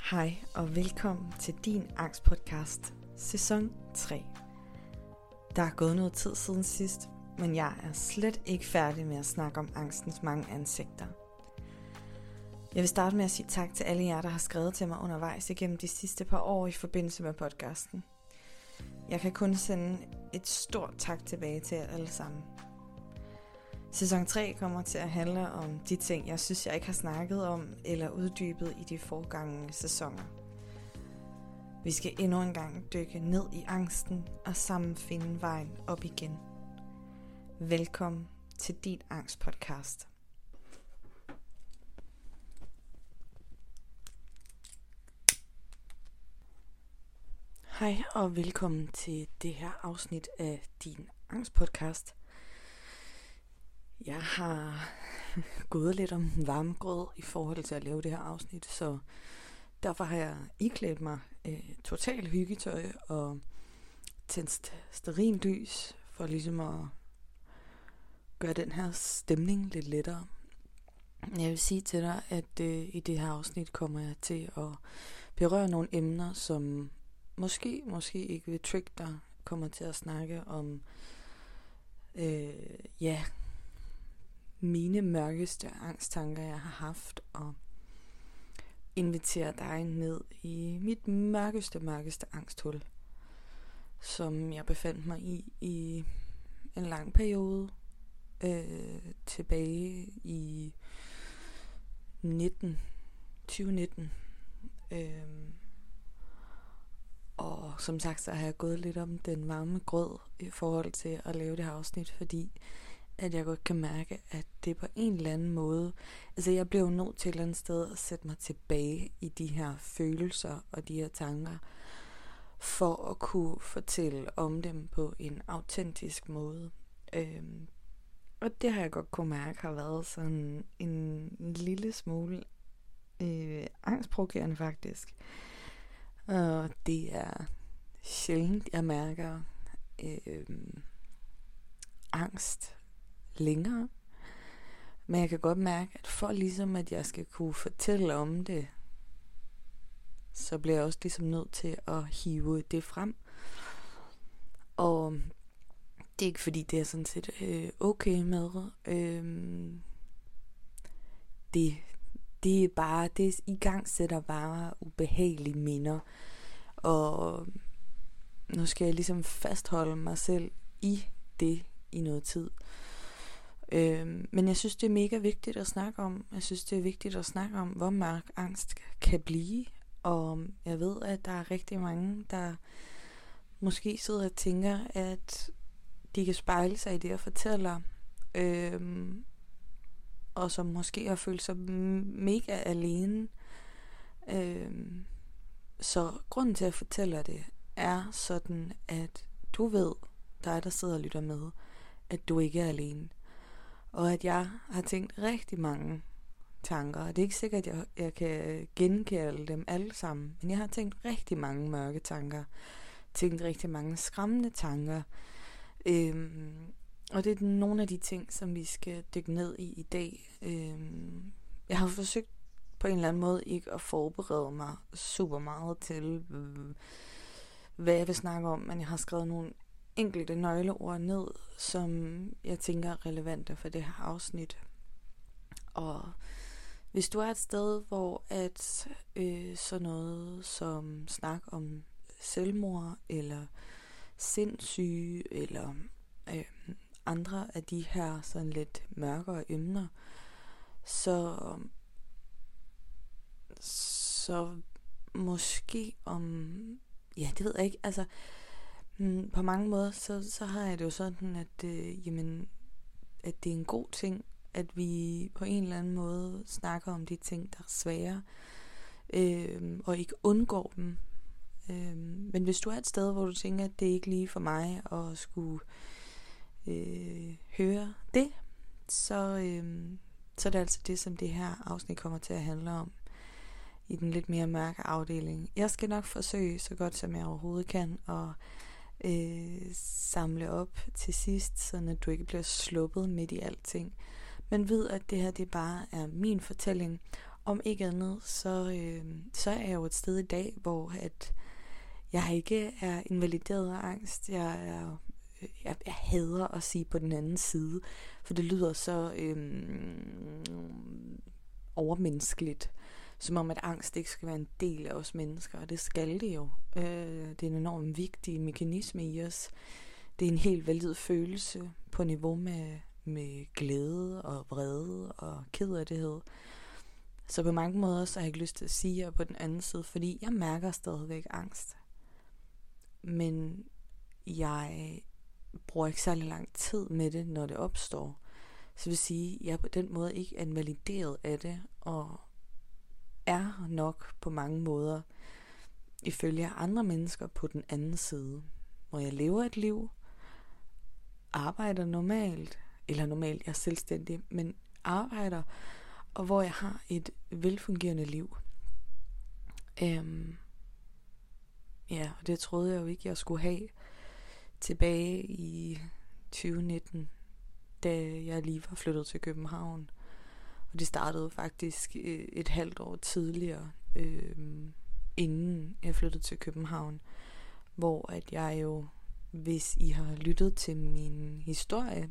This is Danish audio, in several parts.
Hej og velkommen til din angstpodcast, sæson 3. Der er gået noget tid siden sidst, men jeg er slet ikke færdig med at snakke om angstens mange ansigter. Jeg vil starte med at sige tak til alle jer, der har skrevet til mig undervejs igennem de sidste par år i forbindelse med podcasten. Jeg kan kun sende et stort tak tilbage til jer alle sammen. Sæson 3 kommer til at handle om de ting, jeg synes, jeg ikke har snakket om eller uddybet i de forgangne sæsoner. Vi skal endnu en gang dykke ned i angsten og sammen finde vejen op igen. Velkommen til din angstpodcast. Hej og velkommen til det her afsnit af din angstpodcast. Jeg har gået lidt om den varme grød i forhold til at lave det her afsnit, så derfor har jeg iklædt mig total hyggetøj og tændt stearinlys for ligesom at gøre den her stemning lidt lettere. Jeg vil sige til dig, at i det her afsnit kommer jeg til at berøre nogle emner, som måske ikke vil trigge dig. Kommer til at snakke om mine mørkeste angsttanker, jeg har haft, og invitere dig ned i mit mørkeste angsthul, som jeg befandt mig i en lang periode tilbage i 2019. Og som sagt, så har jeg gået lidt om den varme grød i forhold til at lave det her afsnit, fordi at jeg godt kan mærke, at det på en eller anden måde, altså jeg bliver jo nødt til et eller andet sted at sætte mig tilbage i de her følelser og de her tanker, for at kunne fortælle om dem på en autentisk måde. Og det har jeg godt kunne mærke har været sådan en lille smule angstprovokerende faktisk. Og det er sjældent, jeg mærker angst længere. Men jeg kan godt mærke, at for ligesom at jeg skal kunne fortælle om det, så bliver jeg også ligesom nødt til at hive det frem. Og det er ikke fordi, det er sådan set okay med. Det er bare, det i gang sætter bare ubehagelige minder. Og nu skal jeg ligesom fastholde mig selv i det i noget tid. Men jeg synes, det er mega vigtigt at snakke om. Jeg synes, det er vigtigt at snakke om, hvor mørk angst kan blive. Og jeg ved, at der er rigtig mange, der måske sidder og tænker, at de kan spejle sig i det, jeg fortæller. Og som måske har følt sig mega alene. Så grunden til, at jeg fortæller det, er sådan, at du ved, dig der sidder og lytter med, at du ikke er alene. Og at jeg har tænkt rigtig mange tanker. Og det er ikke sikkert, at jeg kan genkalde dem alle sammen. Men jeg har tænkt rigtig mange mørke tanker. Tænkt rigtig mange skræmmende tanker. Og det er nogle af de ting, som vi skal dykke ned i dag. Jeg har forsøgt på en eller anden måde ikke at forberede mig super meget til, hvad jeg vil snakke om. Men jeg har skrevet nogle enkelte nøgleord ned, som jeg tænker er relevante for det her afsnit. Og hvis du er et sted, hvor at sådan noget som snak om selvmord, eller sindssyge, eller andre af de her sådan lidt mørkere emner, så måske om, ja, det ved jeg ikke, altså på mange måder, så har jeg det jo sådan, at at det er en god ting, at vi på en eller anden måde snakker om de ting, der er svære, og ikke undgår dem. Men hvis du er et sted, hvor du tænker, at det ikke lige for mig at skulle høre det, så er det altså det, som det her afsnit kommer til at handle om i den lidt mere mørke afdeling. Jeg skal nok forsøge så godt som jeg overhovedet kan at samle op til sidst, så at du ikke bliver sluppet midt i alting. Men ved, at det her det bare er min fortælling, om ikke andet, så er jeg jo et sted i dag, hvor at jeg ikke er invalideret af angst. Jeg hader at sige på den anden side, for det lyder så overmenneskeligt, som om at angst ikke skal være en del af os mennesker, og det skal det jo. Det er en enormt vigtig mekanisme i os. Det er en helt valid følelse på niveau med glæde og vrede og kederlighed. Så på mange måder så har jeg ikke lyst til at sige, at jeg er på den anden side, fordi jeg mærker stadigvæk angst. Men jeg bruger ikke særlig lang tid med det, når det opstår. Så det vil sige, at jeg på den måde ikke er invalideret af det, og er nok på mange måder, ifølge andre mennesker, på den anden side. Hvor jeg lever et liv, arbejder normalt, jeg er selvstændig, men arbejder, og hvor jeg har et velfungerende liv. Og det troede jeg jo ikke, jeg skulle have tilbage i 2019, da jeg lige var flyttet til København. Og det startede faktisk et halvt år tidligere, inden jeg flyttede til København, hvor at jeg jo, hvis I har lyttet til min historie,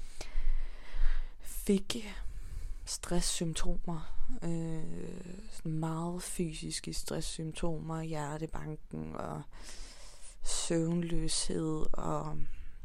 fik stresssymptomer, meget fysiske stresssymptomer, hjertebanken og søvnløshed og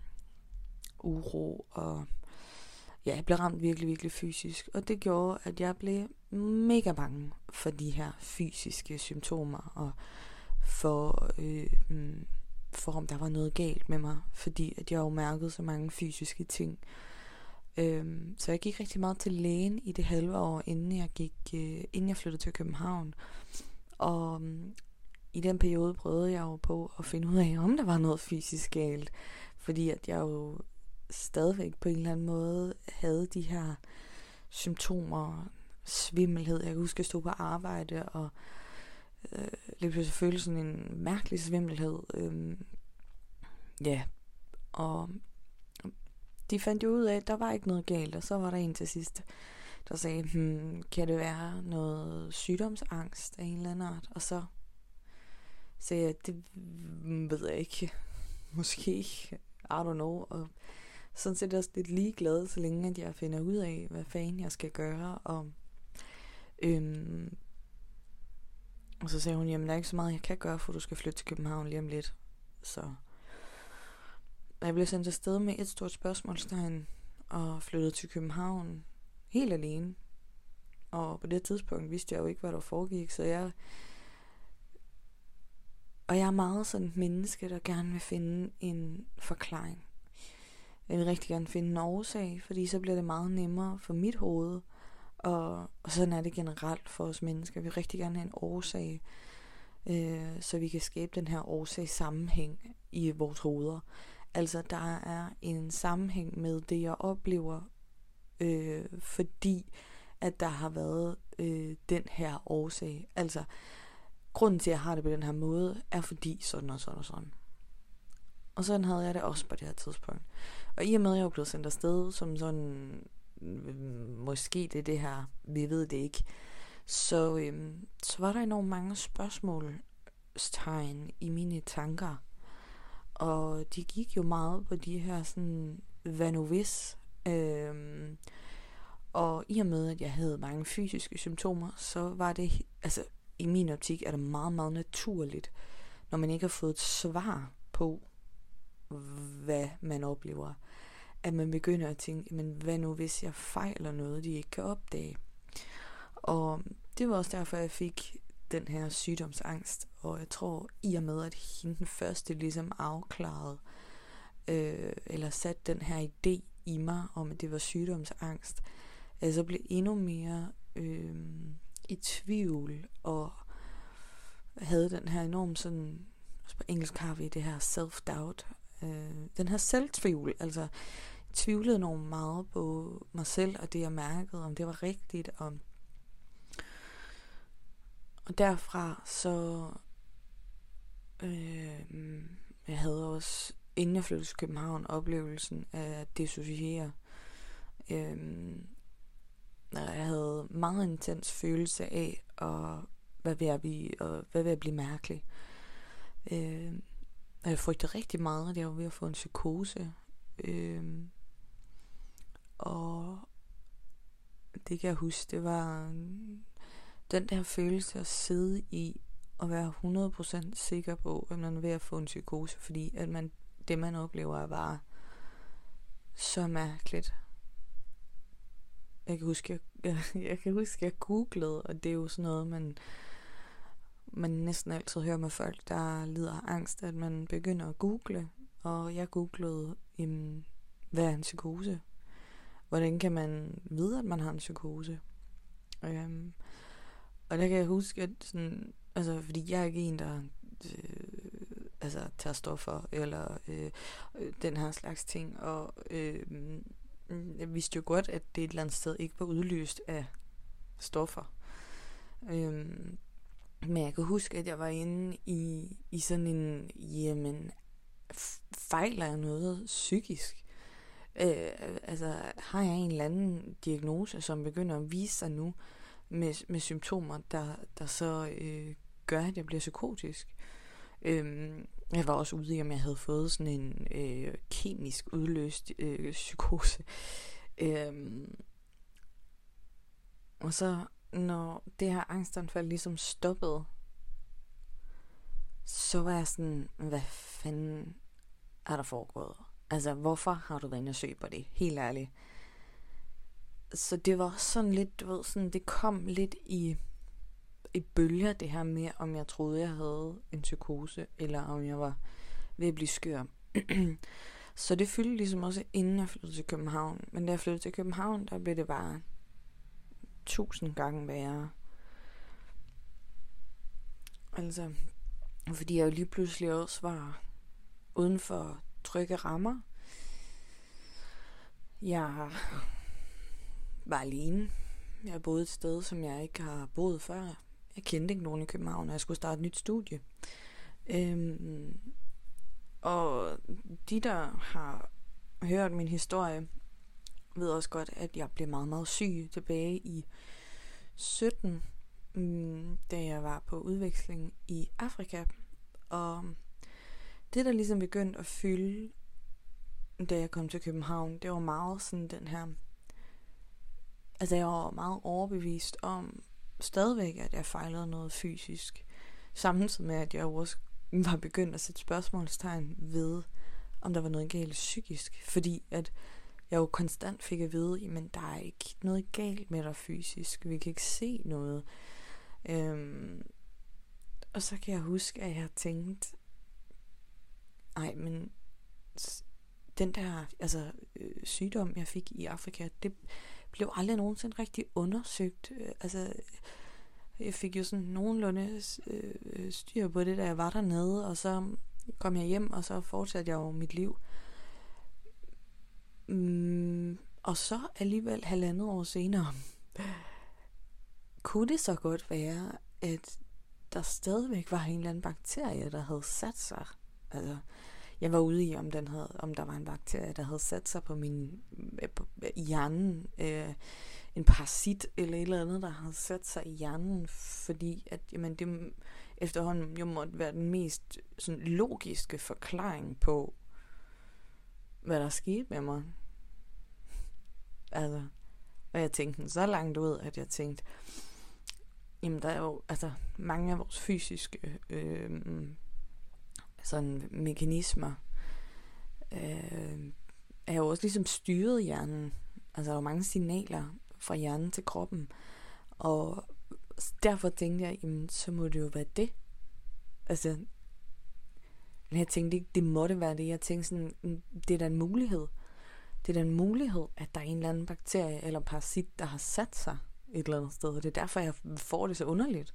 uro, og ja, jeg blev ramt virkelig, virkelig fysisk, og det gjorde, at jeg blev mega bange for de her fysiske symptomer, og for om der var noget galt med mig, fordi at jeg jo mærkede så mange fysiske ting. Så jeg gik rigtig meget til lægen i det halve år, inden jeg flyttede til København. Og i den periode prøvede jeg jo på at finde ud af, om der var noget fysisk galt. Fordi at jeg jo stadigvæk på en eller anden måde havde de her symptomer, svimmelhed. Jeg kan huske, at jeg stod på arbejde, og lige pludselig følte sådan en mærkelig svimmelhed. Og de fandt jo ud af, at der var ikke noget galt, og så var der en til sidst, der sagde, kan det være noget sygdomsangst af en eller anden art? Og så sagde jeg, det ved jeg ikke, måske ikke, I don't know, og sådan set også lidt ligeglad, så længe at jeg finder ud af, hvad fanden jeg skal gøre, og så sagde hun, jamen der er ikke så meget, jeg kan gøre, for du skal flytte til København lige om lidt, så jeg blev sendt afsted med et stort spørgsmålstegn og flyttede til København helt alene. Og på det tidspunkt vidste jeg jo ikke, hvad der foregik, så jeg er meget sådan et menneske, der gerne vil finde en forklaring. Jeg vil rigtig gerne finde en årsag, fordi så bliver det meget nemmere for mit hoved. Og sådan er det generelt for os mennesker. Vi vil rigtig gerne have en årsag, så vi kan skabe den her årsagssammenhæng i vores hoveder. Altså der er en sammenhæng med det, jeg oplever, fordi at der har været den her årsag. Altså grunden til, at jeg har det på den her måde, er fordi sådan og sådan og sådan. Og sådan havde jeg det også på det her tidspunkt. Og i og med, at jeg var blevet sendt afsted som sådan, måske det her, vi ved det ikke, så var der enormt mange spørgsmålstegn i mine tanker. Og de gik jo meget på de her sådan, hvad nu hvis? Og i og med, at jeg havde mange fysiske symptomer, så var det, altså i min optik, er det meget, meget naturligt, når man ikke har fået et svar på, hvad man oplever, at man begynder at tænke, men hvad nu hvis jeg fejler noget, de ikke kan opdage? Og det var også derfor, jeg fik den her sygdomsangst, og jeg tror, i og med, at hende den første ligesom afklarede, eller satte den her idé i mig, om at det var sygdomsangst, så blev endnu mere i tvivl, og havde den her enorm sådan, på engelsk har vi det her self-doubt, den her selvtvivl, altså tvivlede enormt meget på mig selv, og det jeg mærkede, om det var rigtigt, og derfra så jeg havde også, inden jeg flyttede til København, oplevelsen af at dissociere. jeg havde meget intens følelse af, hvad vil jeg blive mærkelig. Og jeg frygtede rigtig meget, at jeg var ved at få en psykose. Og det kan jeg huske, det var den der følelse at sidde i og være 100% sikker på, at man er ved at få en psykose, fordi at det man oplever er bare så mærkeligt. Jeg kan huske, jeg googlede, og det er jo sådan noget, man næsten altid hører med folk, der lider af angst, at man begynder at google, og jeg googlede, hvad er en psykose? Hvordan kan man vide, at man har en psykose? Og der kan jeg huske, at sådan, altså, fordi jeg er ikke en, der tager stoffer, eller den her slags ting, og jeg vidste jo godt, at det et eller andet sted ikke var udløst af stoffer. Men jeg kan huske, at jeg var inde i sådan en, fejler jeg noget psykisk? Har jeg en eller anden diagnose, som begynder at vise sig nu, med symptomer, der så gør, at jeg bliver psykotisk? Jeg var også ude i, om jeg havde fået sådan en kemisk udløst psykose. Og så, når det her angstanfald ligesom stoppede, så var jeg sådan, hvad fanden er der foregået? Altså, hvorfor har du været inde og søge på det? Helt ærligt. Så det var sådan lidt, du ved, sådan, det kom lidt i bølger, det her med, om jeg troede, jeg havde en psykose, eller om jeg var ved at blive skør. Så det fyldte ligesom også, inden jeg flyttede til København. Men da jeg flyttede til København, der blev det bare 1000 gange værre. Altså, fordi jeg jo lige pludselig også var uden for trygge rammer. Jeg var alene. Jeg boede et sted, som jeg ikke har boet før. Jeg kendte ikke nogen i København, og jeg skulle starte et nyt studie. Og de, der har hørt min historie, ved også godt, at jeg blev meget, meget syg tilbage i 17, da jeg var på udveksling i Afrika. Og det, der ligesom begyndte at fylde, da jeg kom til København, det var meget sådan den her... Altså, jeg var meget overbevist om stadigvæk, at jeg fejlede noget fysisk. Samtidig med, at jeg også var begyndt at sætte spørgsmålstegn ved, om der var noget galt psykisk. Fordi at jeg jo konstant fik at vide, men der er ikke noget galt med dig fysisk. Vi kan ikke se noget. Og så kan jeg huske, at jeg tænkte, men den der sygdom, jeg fik i Afrika, det blev aldrig nogensinde rigtig undersøgt. Jeg fik jo sådan nogenlunde styr på det, da jeg var dernede, og så kom jeg hjem, og så fortsatte jeg jo mit liv. Og så alligevel 1,5 år senere, kunne det så godt være, at der stadigvæk var en eller anden bakterie, der havde sat sig. Altså, jeg var ude i, om der var en bakterie, der havde sat sig på min hjernen, en parasit eller et eller andet, der havde sat sig i hjernen, fordi at, det efterhånden jo måtte være den mest sådan logiske forklaring på, hvad der skete med mig. Altså, og jeg tænkte så langt ud, at jeg tænkte, der er jo mange af vores fysiske sådan mekanismer er jo også ligesom styret hjernen. Altså der er jo mange signaler fra hjernen til kroppen, og derfor tænkte jeg, så må det jo være det. Altså, jeg tænkte ikke, det måtte være det. Jeg tænkte sådan, det er da en mulighed. Det er da en mulighed, at der er en eller anden bakterie eller parasit, der har sat sig et eller andet sted. Og det er derfor, jeg får det så underligt.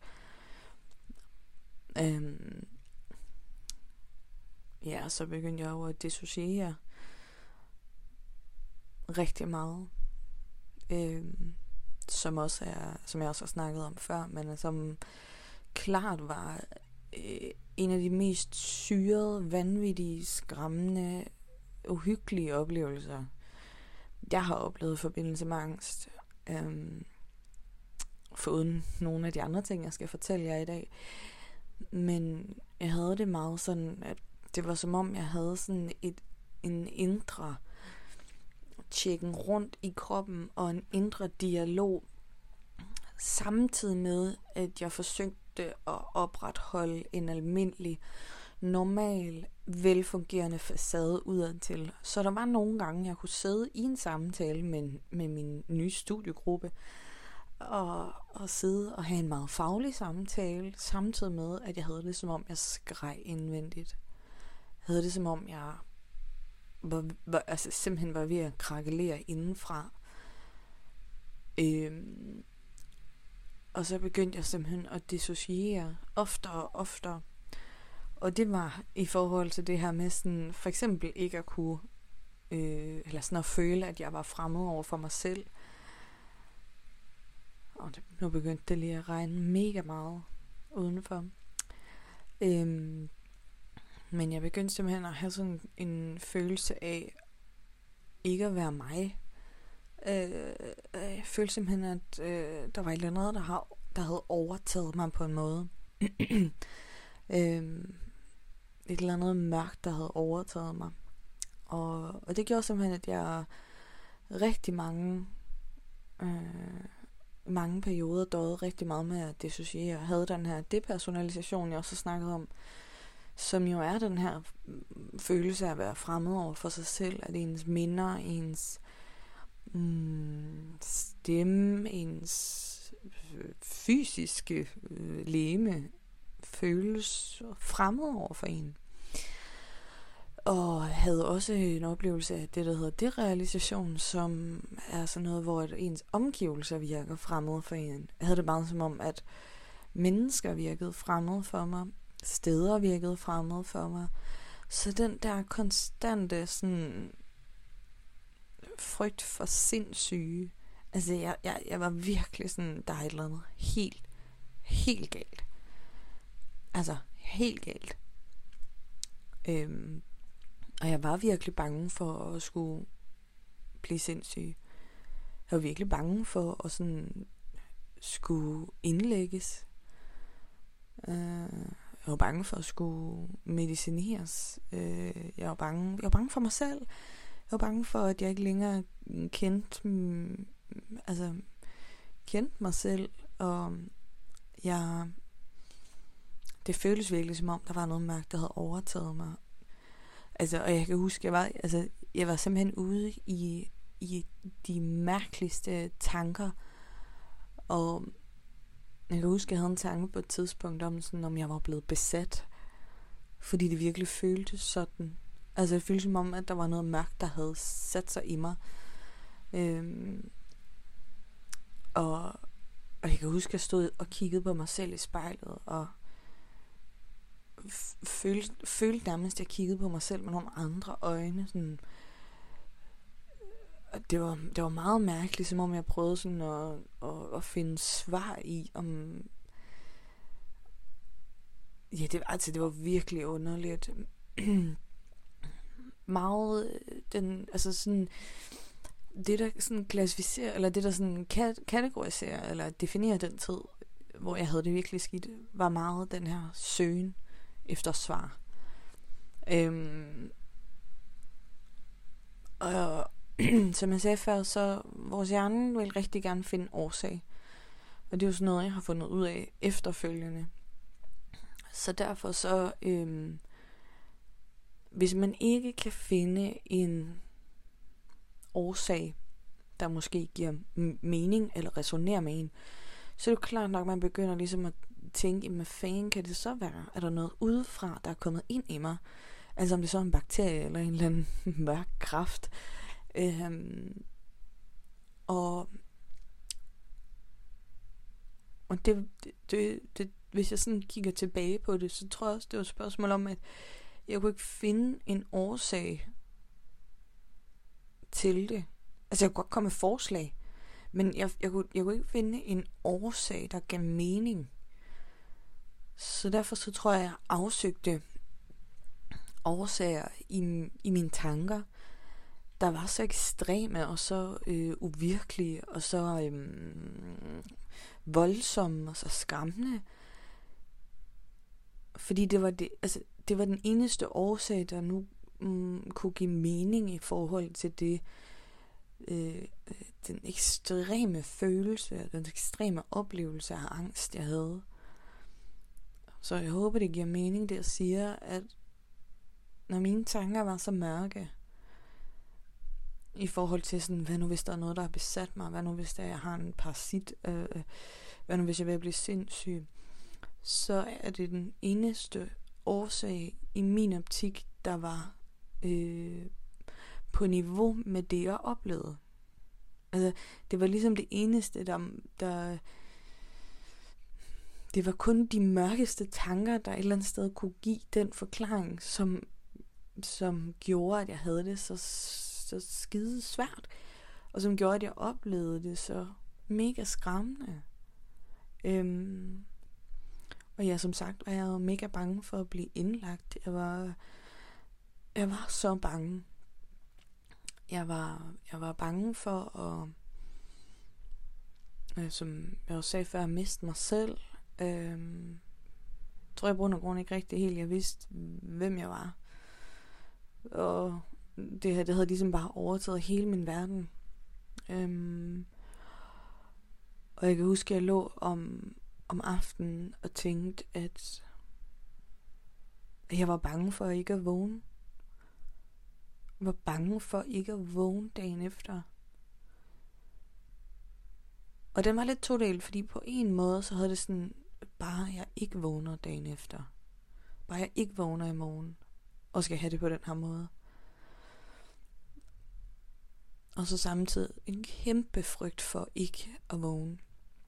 Ja, så begyndte jeg jo at dissociere rigtig meget. Som jeg også har snakket om før, men som klart var en af de mest syrede, vanvittige, skræmmende, uhyggelige oplevelser, jeg har oplevet i forbindelse med angst. foruden nogle af de andre ting, jeg skal fortælle jer i dag. Men jeg havde det meget sådan, at det var som om, jeg havde sådan en indre tjekken rundt i kroppen, og en indre dialog, samtidig med, at jeg forsøgte at opretholde en almindelig, normal, velfungerende facade udadtil. Så der var nogle gange, jeg kunne sidde i en samtale med min nye studiegruppe, og sidde og have en meget faglig samtale, samtidig med, at jeg havde det som om, jeg skreg indvendigt. Jeg havde det som om, jeg simpelthen var ved at krakelere indenfra. Og så begyndte jeg simpelthen at dissociere oftere og oftere. Og det var i forhold til det her med sådan, for eksempel ikke at kunne, eller sådan at føle, at jeg var fremmed over for mig selv. Og nu begyndte det lige at regne mega meget udenfor. Men jeg begyndte simpelthen at have sådan en følelse af ikke at være mig. Jeg følte simpelthen, at der var et eller andet, der havde overtaget mig på en måde. Et eller andet mørkt, der havde overtaget mig. Og det gjorde simpelthen, at jeg rigtig mange perioder døde rigtig meget med at dissociere. Jeg havde den her depersonalisation, jeg også snakkede om, som jo er den her følelse af at være fremmed over for sig selv, at ens minder, ens stemme, ens fysiske legeme føles fremmed over for en. Og havde også en oplevelse af det, der hedder derealisation, som er sådan noget, hvor ens omgivelser virker fremmede for en. Jeg havde det meget som om, at mennesker virkede fremmede for mig, steder virkede fremmede for mig. Så den der konstante sådan frygt for sindssyge, altså jeg var virkelig sådan, der er et eller andet helt galt. Altså helt galt. Og jeg var virkelig bange for at skulle blive sindssyg. Jeg var virkelig bange for at sådan skulle indlægges. Jeg var bange for at skulle medicineres. Jeg var bange for mig selv. Jeg var bange for, at jeg ikke længere kendte mig selv. Og det føltes virkelig som om, der var noget mørkt, der havde overtaget mig. Altså, og jeg kan huske, jeg var simpelthen ude i de mærkeligste tanker. Og jeg kan huske, jeg havde en tanke på et tidspunkt om jeg var blevet besat. Fordi det virkelig føltes sådan. Altså, det føltes som om, at der var noget mørkt, der havde sat sig i mig. Og jeg kan huske, at jeg stod og kiggede på mig selv i spejlet, og følte nærmest, at jeg kiggede på mig selv med nogle andre øjne. Sådan. Det var meget mærkeligt, som om jeg prøvede sådan at finde svar i, om... Ja, det var virkelig underligt. Meget det der sådan klassificerer, eller det der sådan kategoriserer eller definerer den tid, hvor jeg havde det virkelig skidt, var meget den her søgen efter svar. Og som jeg sagde før, så vores hjerne vil rigtig gerne finde årsag. Og det er jo sådan noget, jeg har fundet ud af efterfølgende. Så derfor så, hvis man ikke kan finde en årsag, der måske giver mening eller resonerer med en, så er det jo klart nok, at man begynder ligesom at tænke, hvad fanden kan det så være? Er der noget udefra, der er kommet ind i mig? Altså om det så er en bakterie eller en eller anden mørk kraft. Og det, hvis jeg sådan kigger tilbage på det, så tror jeg også, det var et spørgsmål om, at jeg kunne ikke finde en årsag til det. Altså jeg kunne godt komme med forslag, men jeg kunne ikke finde en årsag, der gav mening. Så derfor så tror jeg afsøgte årsager i mine tanker. der var så ekstreme og så uvirkelige og så voldsomme og så skræmmende. Fordi det var den eneste årsag, der nu kunne give mening i forhold til det, den ekstreme følelse, den ekstreme oplevelse af angst, jeg havde. Så jeg håber, det giver mening, det jeg siger, at når mine tanker var så mørke, i forhold til sådan, hvad nu hvis der er noget, der har besat mig, hvad nu hvis jeg har en parasit, hvad nu hvis jeg vil blive sindssyg, så er det den eneste årsag i min optik, der var på niveau med det, jeg oplevede. Altså, det var ligesom det eneste, der det var kun de mørkeste tanker, der et eller andet sted kunne give den forklaring, som gjorde, at jeg havde det så skide svært, og som gjorde, at jeg oplevede det så mega skræmmende. Og ja, som sagt var jeg jo mega bange for at blive indlagt. Jeg var så bange. Jeg var bange for at, som jeg også sagde før, at miste mig selv. Tror jeg på grund af grund ikke rigtig helt, jeg vidste, hvem jeg var. Og det havde ligesom bare overtaget hele min verden. Og jeg kan huske, at jeg lå om aftenen og tænkte, at jeg var bange for ikke at vågne. Jeg var bange for ikke at vågne dagen efter. Og den var lidt todelt, fordi på en måde, så havde det sådan, bare jeg ikke vågner dagen efter. Bare jeg ikke vågner i morgen, og skal have det på den her måde. Og så samtidig en kæmpe frygt for ikke at vågne.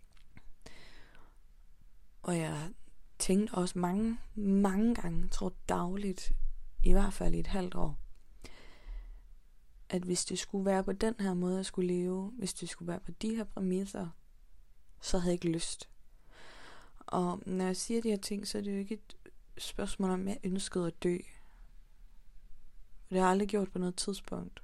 Og jeg tænkte også mange gange, tror dagligt, i hvert fald i et halvt år, at hvis det skulle være på den her måde, jeg skulle leve, hvis det skulle være på de her præmisser, så havde jeg ikke lyst. Og når jeg siger de her ting, så er det jo ikke et spørgsmål om, jeg ønskede at dø. Det har jeg aldrig gjort på noget tidspunkt.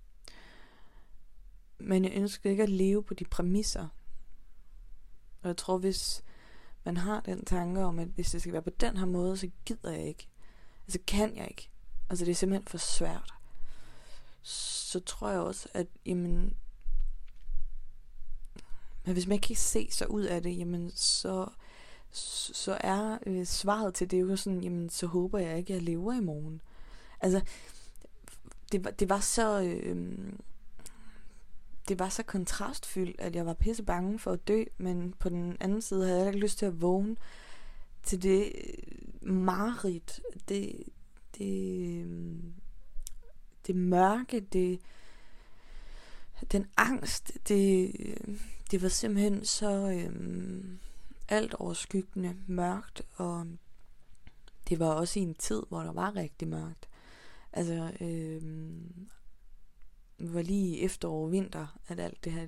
Men jeg ønskede ikke at leve på de præmisser. Og jeg tror, hvis man har den tanke om, at hvis det skal være på den her måde, så gider jeg ikke. Altså kan jeg ikke. Altså det er simpelthen for svært. Så tror jeg også, at jamen, men hvis man ikke kan se sig ud af det, jamen så er svaret til det jo sådan, jamen så håber jeg ikke, at jeg lever i morgen. Altså det var så kontrastfyldt, at jeg var pisse bange for at dø, men på den anden side havde jeg ikke lyst til at vågne til det mareridt, det mørke, den angst, det var simpelthen så alt overskyggende mørkt, og det var også i en tid, hvor der var rigtig mørkt. Altså, det var lige efterår og vinter, at alt det her,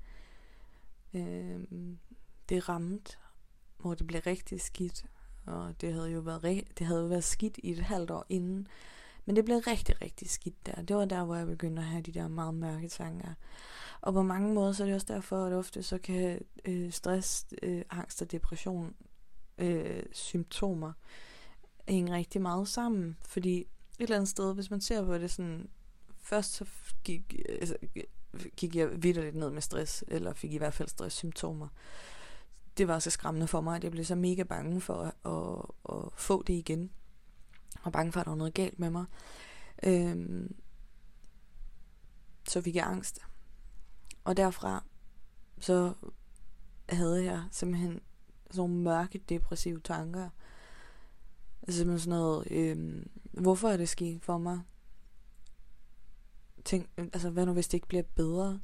det ramte, hvor det blev rigtig skidt. Og det havde jo været skidt i et halvt år inden. Men det blev rigtig, rigtig skidt der. Det var der, hvor jeg begyndte at have de der meget mørke tanker. Og på mange måder, så er det også derfor, at ofte så kan stress, angst og depression symptomer hænge rigtig meget sammen. Fordi et eller andet sted, hvis man ser på det sådan, først så gik jeg vitterligt ned med stress, eller fik i hvert fald stresssymptomer. Det var så skræmmende for mig, at jeg blev så mega bange for at få det igen. Og bange for, at der var noget galt med mig. Så fik jeg angst. Og derfra, så havde jeg simpelthen sådan nogle mørke, depressive tanker. Altså simpelthen sådan noget, hvorfor er det sket for mig? Tænk, altså hvad nu hvis det ikke bliver bedre?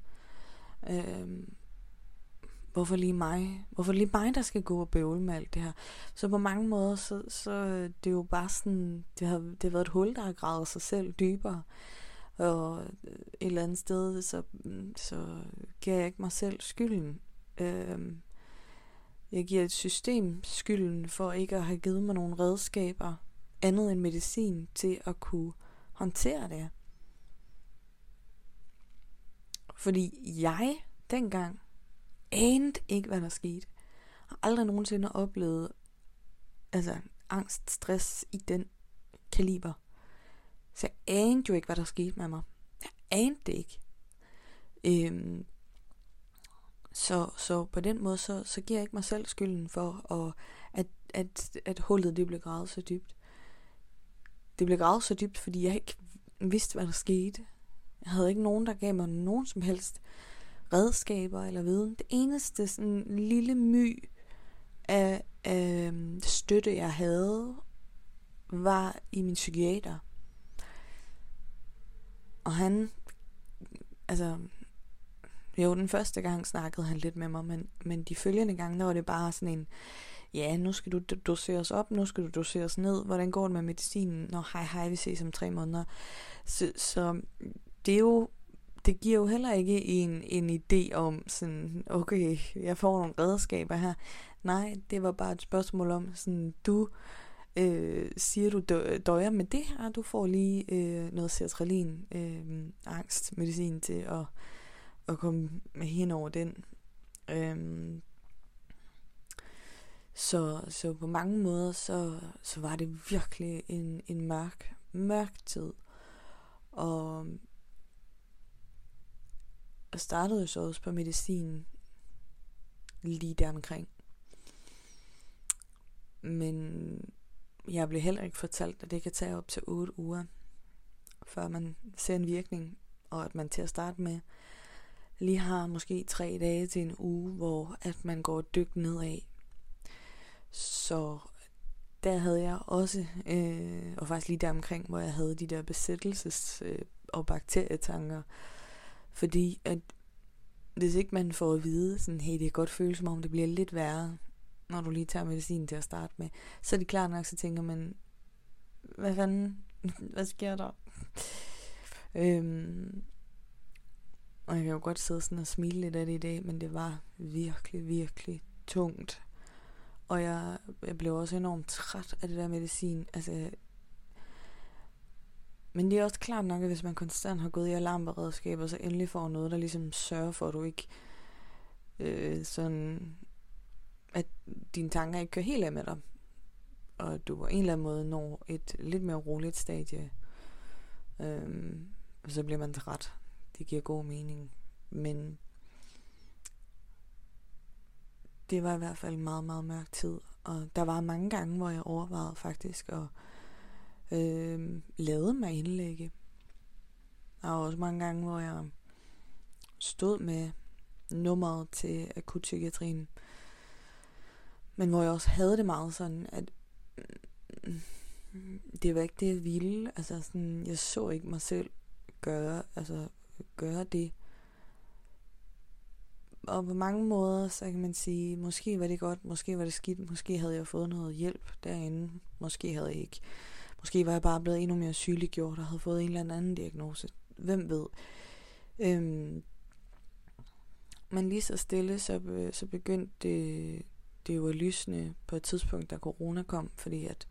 Hvorfor lige mig? Hvorfor lige mig, der skal gå og bøvle med alt det her? Så på mange måder, så det er jo bare sådan, det har været et hul, der har gravet sig selv dybere. Og et eller andet sted, så giver jeg ikke mig selv skylden. Jeg giver et system skylden for ikke at have givet mig nogle redskaber, andet end medicin, til at kunne håndtere det. Fordi jeg dengang anede ikke, hvad der skete. Jeg har aldrig nogensinde oplevet angst, stress i den kaliber. Så jeg anede jo ikke, hvad der skete med mig. Jeg anede det ikke. Så på den måde, så giver jeg ikke mig selv skylden for, at hullet det blev gravet så dybt. Det blev gravet så dybt, fordi jeg ikke vidste, hvad der skete. Jeg havde ikke nogen, der gav mig nogen som helst redskaber eller viden. Det eneste sådan lille my af støtte, jeg havde, var i min psykiater. Og han, den første gang snakkede han lidt med mig, men de følgende gange, der var det bare sådan en, ja, nu skal du doseres op, nu skal du doseres ned, hvordan går det med medicinen? Nå, hej, vi ses om 3 måneder. Så det er jo, det giver jo heller ikke en idé om sådan, okay, jeg får nogle redskaber her. Nej, det var bare et spørgsmål om sådan, du siger du døjer med det her, du får lige noget sertralin, angstmedicin til at komme med hen over den. Så på mange måder, så var det virkelig en mørk tid. Og jeg startede så også på medicin lige der omkring. Men jeg blev heller ikke fortalt, at det kan tage op til 8 uger, før man ser en virkning, og at man til at starte med lige har måske 3 dage til en uge, hvor at man går dybt nedad. Så der havde jeg også, og faktisk lige der omkring, hvor jeg havde de der besættelses- og bakterietanker, fordi at hvis ikke man får at vide, sådan, hey, det kan godt føles som om det bliver lidt værre, når du lige tager medicin til at starte med, så er det klart nok, så tænker man, hvad fanden, hvad sker der? Og jeg kan jo godt sidde sådan og smile lidt af det i dag, men det var virkelig, virkelig tungt. Og jeg blev også enormt træt af det der medicin. Men det er også klart nok, at hvis man konstant har gået i alarmberedskab, og så endelig får noget, der ligesom sørger for, at du ikke sådan, at dine tanker ikke kører helt af med dig, og at du på en eller anden måde når et lidt mere roligt stadie, så bliver man træt. Det giver god mening. Men det var i hvert fald en meget, meget mørk tid. Og der var mange gange, hvor jeg overvejede faktisk at lade mig indlægge. Der var også mange gange, hvor jeg stod med nummeret til akutpsykiatrien. Men hvor jeg også havde det meget sådan, at det var ikke det, jeg ville. Jeg så ikke mig selv gøre det. Og på mange måder, så kan man sige, måske var det godt, måske var det skidt, måske havde jeg fået noget hjælp derinde, måske havde jeg ikke. Måske var jeg bare blevet endnu mere sygeliggjort og havde fået en eller anden diagnose. Hvem ved? Men lige så stille, så begyndte det jo at lysne på et tidspunkt, da corona kom, fordi at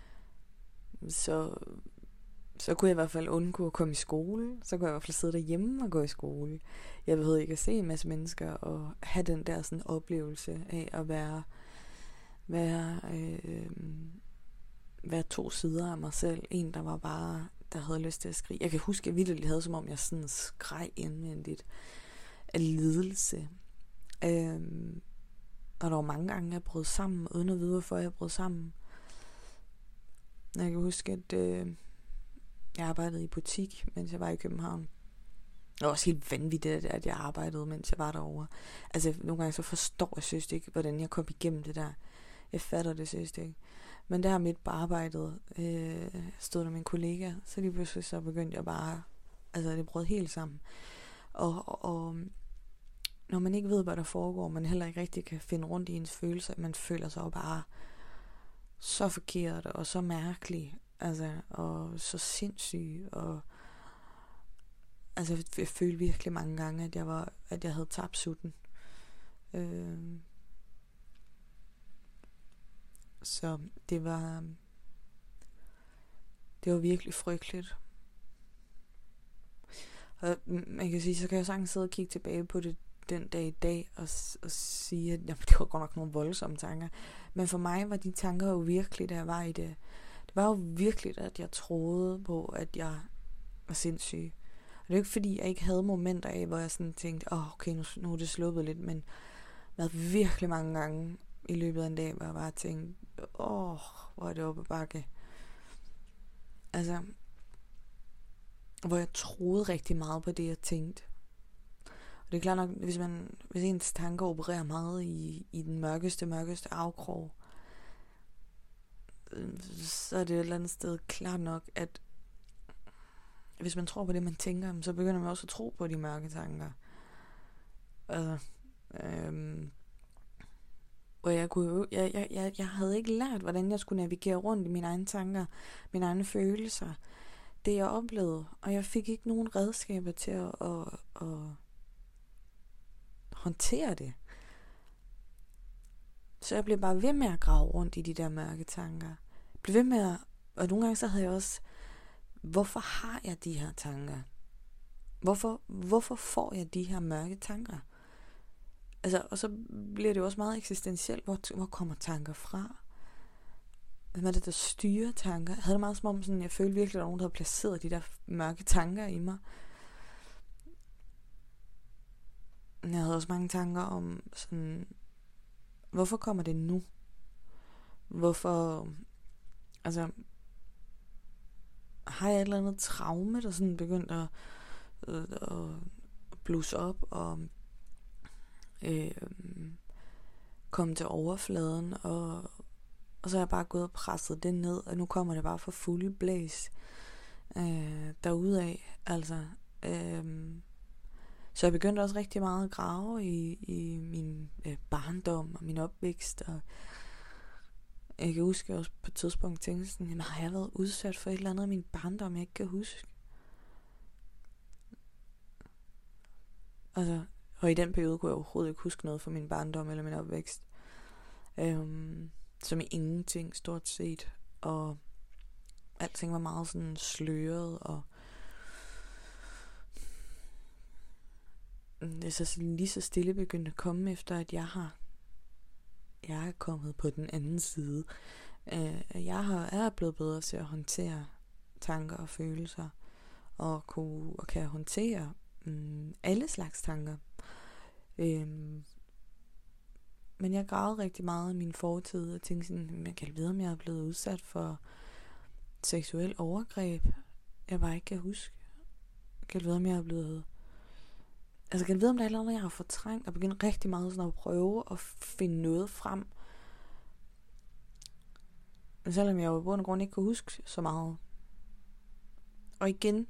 så kunne jeg i hvert fald undgå at komme i skole. Så kunne jeg i hvert fald sidde derhjemme og gå i skole. Jeg behøvede ikke at se en masse mennesker og have den der sådan oplevelse af at være 2 sider af mig selv. En, der var bare, der havde lyst til at skrige. Jeg kan huske, at jeg vitterligt havde, som om jeg sådan skreg indvendigt af lidelse. Og der var mange gange, jeg brød sammen, uden at vide, hvorfor jeg brød sammen. Jeg kan huske, at jeg arbejdede i butik, mens jeg var i København. Det var også helt vanvittigt, at jeg arbejdede, mens jeg var derovre. Nogle gange så forstår jeg seriøst ikke, hvordan jeg kom igennem det der. Jeg fatter det seriøst ikke. Men der midt på arbejdet stod der min kollega, så lige pludselig så begyndte jeg bare, det brød helt sammen. Og når man ikke ved, hvad der foregår, man heller ikke rigtig kan finde rundt i ens følelser, man føler sig jo bare så forkert og så mærkelig, og så sindssyg, og jeg følte virkelig mange gange, at jeg havde tabt sutten. Så det var virkelig frygteligt. Og man kan sige, så kan jeg sagtens sidde og kigge tilbage på det den dag i dag, og sige, at jamen, det var godt nok nogle voldsomme tanker. Men for mig var de tanker jo virkelig, da jeg var i det. Det var jo virkelig, at jeg troede på, at jeg var sindssyg. Og det er jo ikke fordi, jeg ikke havde momenter af, hvor jeg sådan tænkte, okay, nu er det sluppet lidt, men jeg havde virkelig mange gange i løbet af en dag, hvor jeg bare tænkte, hvor er det oppe bakke. Altså, hvor jeg troede rigtig meget på det, jeg tænkte. Og det er klart nok, hvis ens tanker opererer meget i den mørkeste afkrog, så er det et eller andet sted klart nok, at hvis man tror på det, man tænker, så begynder man også at tro på de mørke tanker. Altså, og jeg havde ikke lært, hvordan jeg skulle navigere rundt i mine egne tanker, mine egne følelser, det jeg oplevede, og jeg fik ikke nogen redskaber til at håndtere det. Så jeg blev bare ved med at grave rundt i de der mørke tanker. Jeg blev ved med at, og nogle gange så havde jeg også, hvorfor har jeg de her tanker? Hvorfor får jeg de her mørke tanker? Altså, og så bliver det jo også meget eksistentielt, hvor kommer tanker fra? Hvad er det, der styrer tanker? Jeg havde det meget som om, sådan, jeg følte virkelig, at der var nogen, der havde placeret de der mørke tanker i mig. Jeg havde også mange tanker om sådan, hvorfor kommer det nu? Hvorfor, altså, har jeg et eller andet traume, der sådan begyndt at blusse op og komme til overfladen, og så er jeg bare gået og presset det ned, og nu kommer det bare for fulde blæs derudaf, altså. Så jeg begyndte også rigtig meget at grave i min barndom og min opvækst, og jeg kan huske, at jeg også på et tidspunkt tænkte sådan, jamen, har jeg været udsat for et eller andet af min barndom, jeg ikke kan huske? Altså, og i den periode kunne jeg overhovedet ikke huske noget fra min barndom eller min opvækst. Som i ingenting, stort set. Og alting var meget sådan sløret, og det er så lige så stille begyndt at komme efter, at jeg er kommet på den anden side. Jeg er blevet bedre til at håndtere tanker og følelser, og kan håndtere alle slags tanker. Men jeg gravede rigtig meget af min fortid og tænkte sådan, jeg kan vide, om jeg er blevet udsat for seksuel overgreb, jeg bare ikke kan huske. Jeg kan vide, om jeg er blevet, altså jeg kan vide, om der er noget, jeg har fortrængt, og begyndt rigtig meget sådan at prøve at finde noget frem. Men selvom jeg jo i bund og grund ikke kunne huske så meget. Og igen,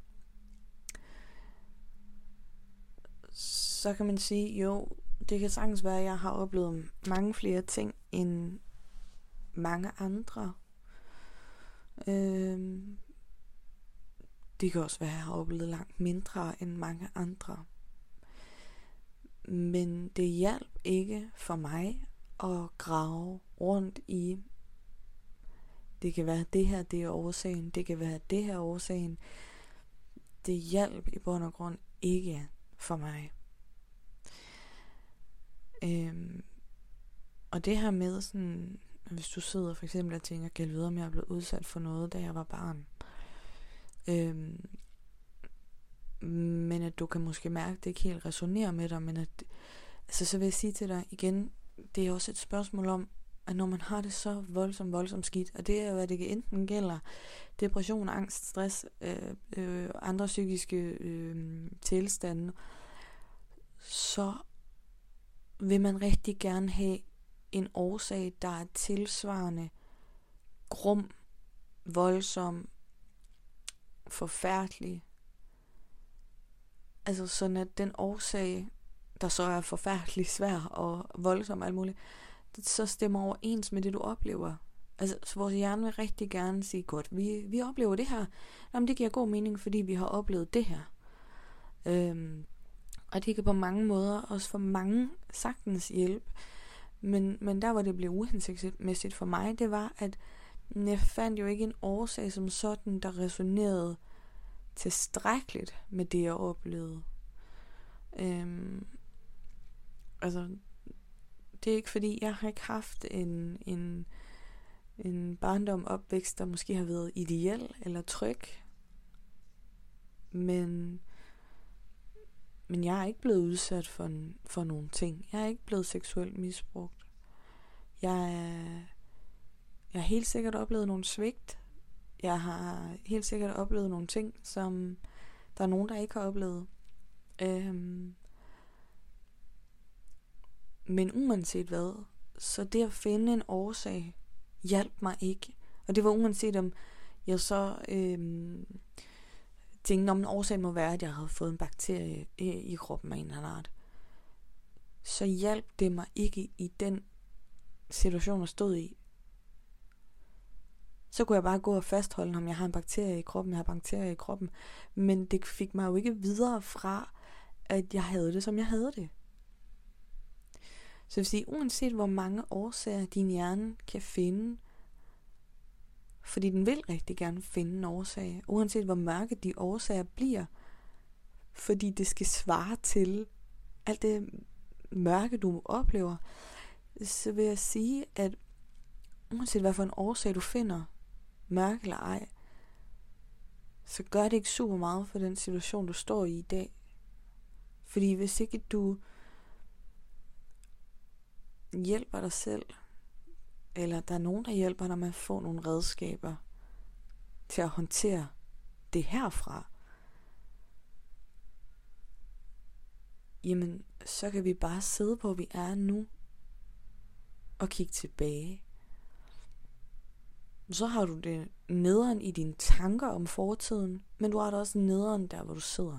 så kan man sige, jo, det kan sagtens være, at jeg har oplevet mange flere ting end mange andre. Det kan også være, at jeg har oplevet langt mindre end mange andre. Men det hjalp ikke for mig at grave rundt i, det kan være det her, det er årsagen, det kan være det her årsagen. Det hjalp i bund og grund ikke for mig. Og det her med sådan, hvis du sidder for eksempel og tænker, kan jeg vide, om jeg er blevet udsat for noget, da jeg var barn. Men at du kan måske mærke, at det ikke helt resonerer med dig, men at, altså, så vil jeg sige til dig igen, det er også et spørgsmål om, at når man har det så voldsomt skidt, og det er jo, at det enten gælder depression, angst, stress, andre psykiske tilstande, så vil man rigtig gerne have en årsag, der er tilsvarende grum, voldsom, forfærdelig. Altså sådan, at den årsag, der så er forfærdelig svær og voldsom og alt muligt, det så stemmer overens med det, du oplever. Altså, så vores hjerne vil rigtig gerne sige, godt, vi oplever det her. Jamen, det giver god mening, fordi vi har oplevet det her. Og det kan på mange måder også for mange sagtens hjælpe. Men der, hvor det blev uhensigtsmæssigt for mig, det var, at jeg fandt jo ikke en årsag som sådan, der resonerede tilstrækkeligt med det, jeg oplevede. Altså, det er ikke fordi, jeg har ikke haft en barndom opvækst, der måske har været ideel eller tryg. Men jeg er ikke blevet udsat for nogle ting. Jeg er ikke blevet seksuelt misbrugt. Jeg har helt sikkert oplevet nogle svigt. Jeg har helt sikkert oplevet nogle ting, som der er nogen, der ikke har oplevet. Men uanset hvad, så det at finde en årsag hjalp mig ikke. Og det var uanset om jeg så tænkte, om en årsag må være, at jeg havde fået en bakterie i kroppen af en eller anden art. Så hjalp det mig ikke i den situation, jeg stod i. Så kunne jeg bare gå og fastholde, om jeg har en bakterie i kroppen, jeg har bakterier i kroppen. Men det fik mig jo ikke videre fra, at jeg havde det, som jeg havde det. Så vil sige, uanset hvor mange årsager din hjerne kan finde, fordi den vil rigtig gerne finde en årsag, uanset hvor mørke de årsager bliver, fordi det skal svare til alt det mørke, du oplever, så vil jeg sige, at uanset hvad for en årsag du finder, mørke eller ej, så gør det ikke super meget for den situation, du står i dag. Fordi hvis ikke du hjælper dig selv, eller der er nogen, der hjælper dig med at få nogle redskaber til at håndtere det herfra, jamen, så kan vi bare sidde på, hvor vi er nu, og kigge tilbage. Så har du det nederen i dine tanker om fortiden, men du har det også nederen der, hvor du sidder.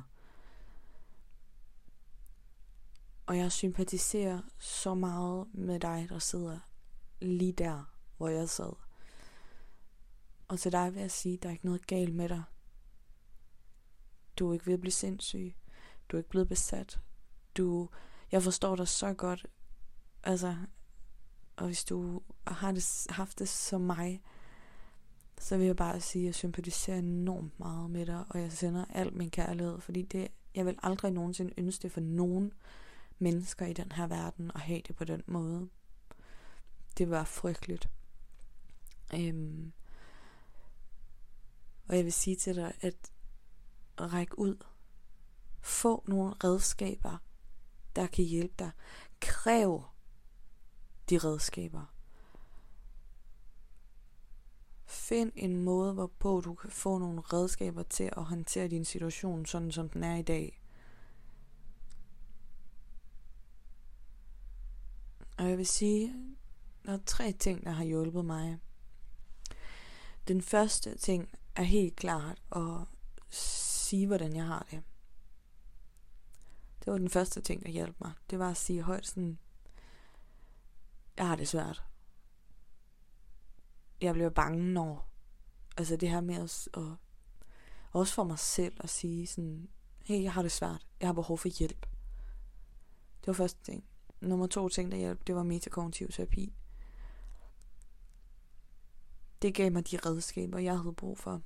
Og jeg sympatiserer så meget med dig, der sidder lige der, hvor jeg sad. Og til dig vil jeg sige, at der er ikke noget galt med dig. Du er ikke ved at blive sindssyg. Du er ikke blevet besat. Jeg forstår dig så godt. Altså, og hvis du har haft det som mig, så vil jeg bare sige, at jeg sympatiserer enormt meget med dig, og jeg sender al min kærlighed, fordi jeg vil aldrig nogensinde ønske det for nogen mennesker i den her verden, at have det på den måde. Det var frygteligt. Og jeg vil sige til dig, at række ud. Få nogle redskaber, der kan hjælpe dig. Kræv de redskaber. Find en måde, hvorpå du kan få nogle redskaber til at håndtere din situation, sådan som den er i dag. Og jeg vil sige, der er 3 ting, der har hjulpet mig. Den første ting er helt klart at sige, hvordan jeg har det. Det var den første ting, der hjalp mig. Det var at sige højt sådan, jeg har det svært. Jeg bliver bange når, altså det her med at også for mig selv at sige sådan, hey, jeg har det svært. Jeg har behov for hjælp. Det var første ting. Nummer 2 ting, der hjalp, det var metakognitiv terapi. Det gav mig de redskaber, jeg havde brug for.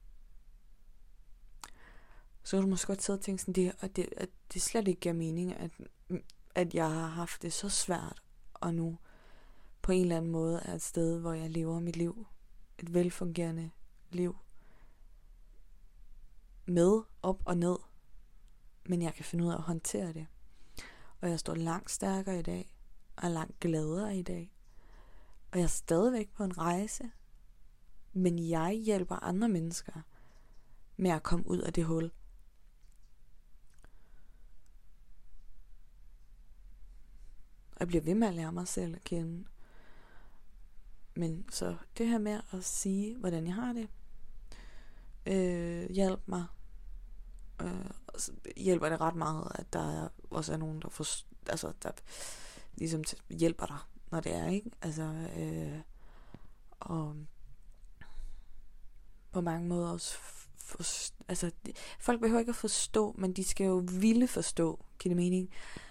Så kan du måske godt sidde og tænke sådan, at det slet ikke giver mening, at jeg har haft det så svært, og nu på en eller anden måde er et sted, hvor jeg lever mit liv. Et velfungerende liv. Med, op og ned. Men jeg kan finde ud af at håndtere det. Og jeg står langt stærkere i dag, og er langt gladere i dag. Og jeg er stadigvæk på en rejse, men jeg hjælper andre mennesker med at komme ud af det hul. Og jeg bliver ved med at lære mig selv at kende. Men så det her med at sige, hvordan jeg har det, hjælper mig. Hjælper det ret meget, at der også er nogen, der ligesom hjælper dig, når det er, ikke? Altså, og på mange måder også folk behøver ikke at forstå, men de skal jo ville forstå, giver det mening.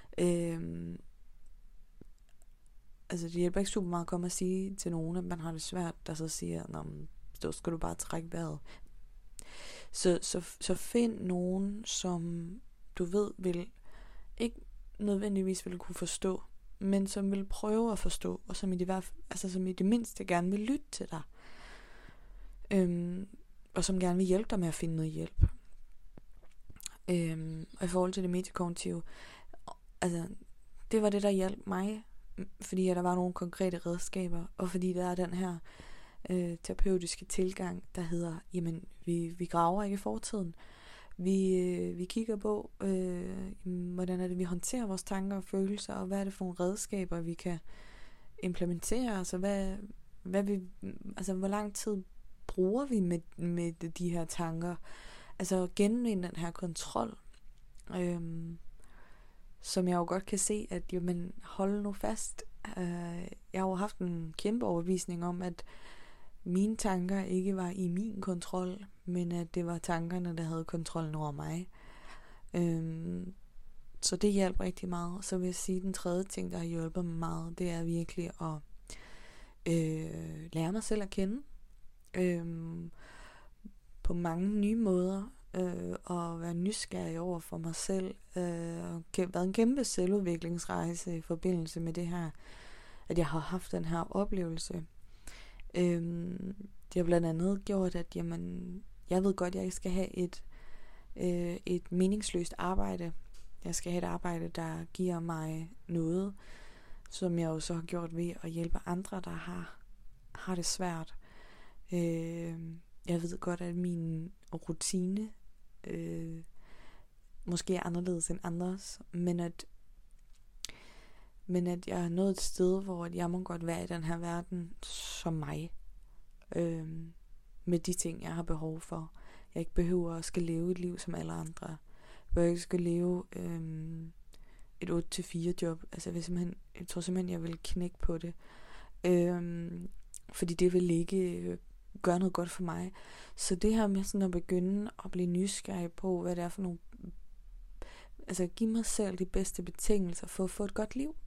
Altså det hjælper ikke super meget at komme og sige til nogen, at man har det svært, der så siger, så skal du bare trække vejret. Så find nogen, som du ved vil ikke nødvendigvis vil kunne forstå, men som vil prøve at forstå, og som som i det mindste gerne vil lytte til dig. Og som gerne vil hjælpe dig med at finde noget hjælp. Og i forhold til det metakognitive, altså det var det, der hjalp mig, fordi der var nogle konkrete redskaber, og fordi der er den her terapeutiske tilgang, der hedder, jamen vi graver ikke i fortiden. Vi kigger på, hvordan er det, vi håndterer vores tanker og følelser, og hvad er det for nogle redskaber, vi kan implementere. Altså, hvor lang tid bruger vi med de her tanker? Altså, genvinde den her kontrol, som jeg jo godt kan se, at jamen, hold nu fast. Jeg har jo haft en kæmpe overbevisning om, at mine tanker ikke var i min kontrol, men at det var tankerne, der havde kontrollen over mig. Så det hjalp rigtig meget. Så vil jeg sige, at den tredje ting, der har hjulpet mig meget, det er virkelig at lære mig selv at kende. På mange nye måder. Og være nysgerrig over for mig selv. Og været en kæmpe selvudviklingsrejse i forbindelse med det her, at jeg har haft den her oplevelse. Det har blandt andet gjort, at jamen, jeg ved godt, at jeg ikke skal have et meningsløst arbejde. Jeg skal have et arbejde, der giver mig noget, som jeg jo så har gjort ved at hjælpe andre, der har det svært. Jeg ved godt, at min rutine måske er anderledes end andres, men at jeg er nået et sted, hvor jeg må godt være i den her verden som mig. Med de ting, jeg har behov for. Jeg ikke behøver at skal leve et liv som alle andre. Jeg behøver ikke skal leve et 8-4 job. Altså jeg tror simpelthen, jeg vil knække på det. Fordi det vil ikke gøre noget godt for mig. Så det her med sådan at begynde at blive nysgerrig på, hvad det er for nogle... Altså give mig selv de bedste betingelser for at få et godt liv.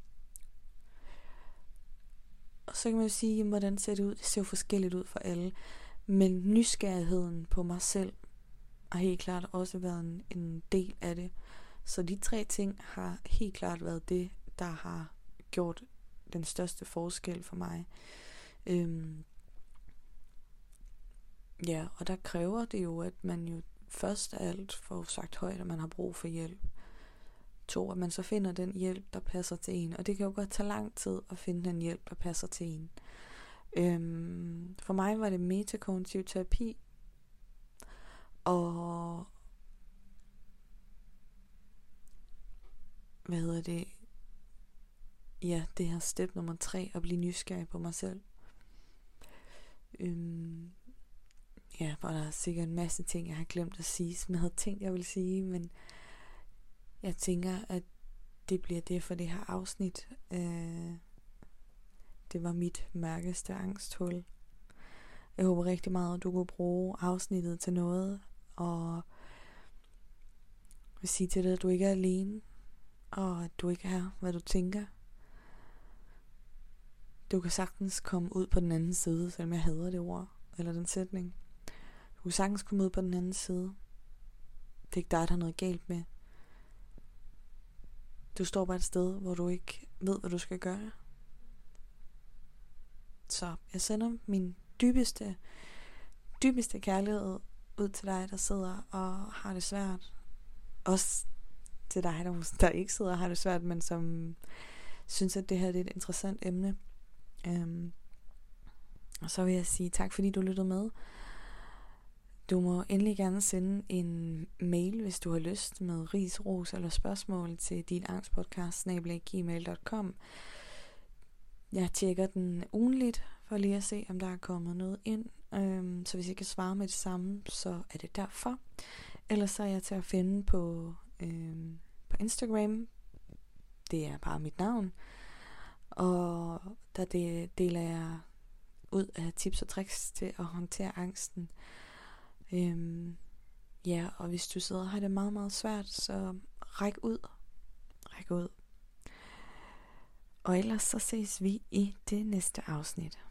Og så kan man jo sige, hvordan ser det ud? Det ser jo forskelligt ud for alle. Men nysgerrigheden på mig selv har helt klart også været en del af det. Så de 3 ting har helt klart været det, der har gjort den største forskel for mig. Ja, og der kræver det jo, at man jo først af alt får sagt højt, at man har brug for hjælp. 2, at man så finder den hjælp, der passer til en. Og det kan jo godt tage lang tid at finde den hjælp, der passer til en. For mig var det metakognitiv terapi. Og ja, det her step nummer 3, at blive nysgerrig på mig selv. Ja, hvor der er sikkert en masse ting, jeg har glemt at sige, som jeg havde tænkt, jeg ville sige, men jeg tænker, at det bliver det for det her afsnit. Det var mit mørkeste angsthul. Jeg håber rigtig meget, at du kunne bruge afsnittet til noget, og vil sige til dig, at du ikke er alene, og at du ikke er, hvad du tænker. Du kan sagtens komme ud på den anden side, selvom jeg hader det ord, eller den sætning. Du kan sagtens komme ud på den anden side. Det er ikke dig, der har noget galt med. Du står bare et sted, hvor du ikke ved, hvad du skal gøre. Så jeg sender min dybeste kærlighed ud til dig, der sidder og har det svært. Også til dig, der ikke sidder og har det svært, men som synes, at det her er et interessant emne. Og så vil jeg sige tak, fordi du lyttede med. Du må endelig gerne sende en mail, hvis du har lyst, med ris, ros eller spørgsmål til dinangstpodcast@gmail.com. Jeg tjekker den ugenligt for lige at se, om der er kommet noget ind. Så hvis jeg kan svare med det samme, så er det derfor. Ellers så er jeg til at finde på Instagram. Det er bare mit navn. Og der deler jeg ud af tips og tricks til at håndtere angsten. Ja, og hvis du sidder og har det meget, meget svært, så ræk ud. Og ellers så ses vi i det næste afsnit.